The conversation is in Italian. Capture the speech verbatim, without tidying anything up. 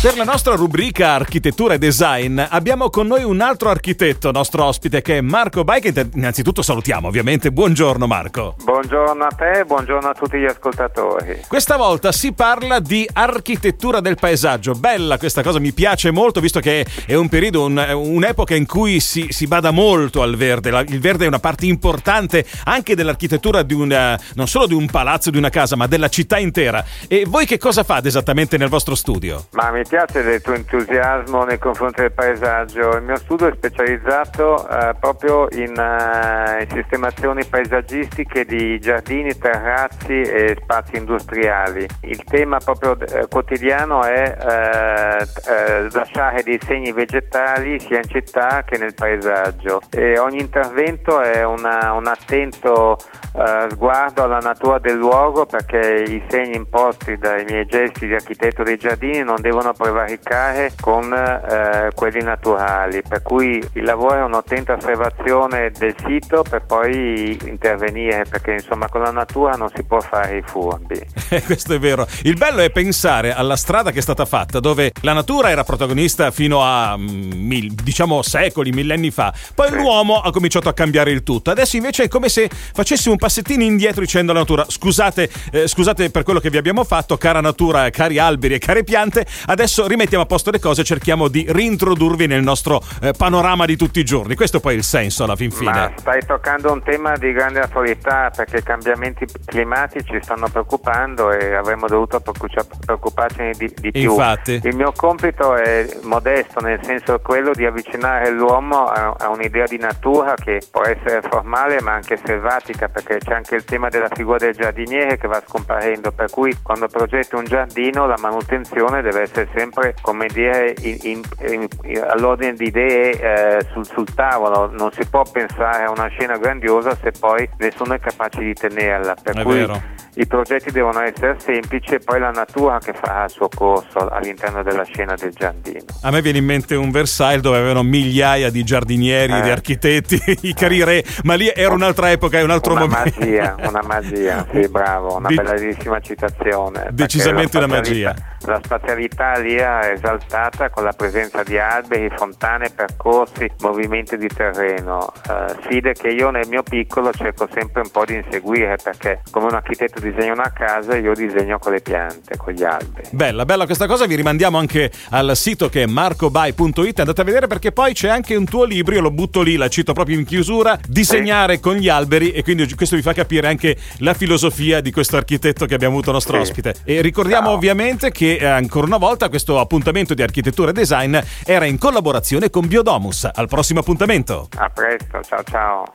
Per la nostra rubrica Architettura e Design abbiamo con noi un altro architetto, nostro ospite, che è Marco Bai, che innanzitutto salutiamo ovviamente. Buongiorno Marco. Buongiorno a te, buongiorno a tutti gli ascoltatori. Questa volta si parla di architettura del paesaggio. Bella questa cosa, mi piace molto, visto che è un periodo, un, un'epoca in cui si, si bada molto al verde. La, il verde è una parte importante anche dell'architettura di una, non solo di un palazzo, di una casa, ma della città intera. E voi che cosa fate esattamente nel vostro studio? Ma mi piace del tuo entusiasmo nei confronti del paesaggio. Il mio studio è specializzato eh, proprio in, uh, in sistemazioni paesaggistiche di giardini, terrazzi e spazi industriali. Il tema proprio eh, quotidiano è eh, eh, lasciare dei segni vegetali sia in città che nel paesaggio, e ogni intervento è una, un attento eh, sguardo alla natura del luogo, perché i segni imposti dai miei gesti di architetto dei giardini non devono prevaricare con eh, quelli naturali, per cui il lavoro è un'attenta osservazione del sito per poi intervenire, perché insomma con la natura non si può fare i furbi. Questo è vero. Il bello è pensare alla strada che è stata fatta, dove la natura era protagonista fino a mil, diciamo secoli, millenni fa, poi sì. L'uomo ha cominciato a cambiare il tutto. Adesso invece è come se facessimo un passettino indietro dicendo alla natura: scusate, eh, scusate per quello che vi abbiamo fatto, cara natura, cari alberi e care piante, adesso rimettiamo a posto le cose e cerchiamo di reintrodurvi nel nostro eh, panorama di tutti i giorni. Questo poi è il senso alla fin fine. Ma stai toccando un tema di grande attualità, perché i cambiamenti climatici stanno preoccupando e avremmo dovuto preoccuparcene di, di più. Infatti. Il mio compito è modesto, nel senso quello di avvicinare l'uomo a, a un'idea di natura che può essere formale ma anche selvatica, perché c'è anche il tema della figura del giardiniere che va scomparendo, per cui quando progetti un giardino la manutenzione deve essere sempre, come dire, in, in, in, in, all'ordine di idee eh, sul, sul tavolo. Non si può pensare a una scena grandiosa se poi nessuno è capace di tenerla, per è cui vero. I progetti devono essere semplici e poi la natura che farà il suo corso all'interno della scena del giardino. A me viene in mente un Versailles dove avevano migliaia di giardinieri, eh. di architetti, i cari re, ma lì era un'altra epoca, è un altro una momento. Magia, una magia, sì, bravo, una De- bellissima citazione. Decisamente una magia. La spazialità lì è esaltata con la presenza di alberi, fontane, percorsi, movimenti di terreno, uh, sfide che io nel mio piccolo cerco sempre un po' di inseguire, perché come un architetto disegna una casa, io disegno con le piante, con gli alberi. Bella, bella questa cosa, vi rimandiamo anche al sito che è marco bai punto it, andate a vedere perché poi c'è anche un tuo libro, io lo butto lì, la cito proprio in chiusura, disegnare sì. con gli alberi, e quindi questo vi fa capire anche la filosofia di questo architetto che abbiamo avuto nostro sì. ospite. E ricordiamo Ciao. ovviamente che eh, ancora una volta questo appuntamento di architettura e design era in collaborazione con Biodomus. Al prossimo appuntamento. A presto, ciao ciao.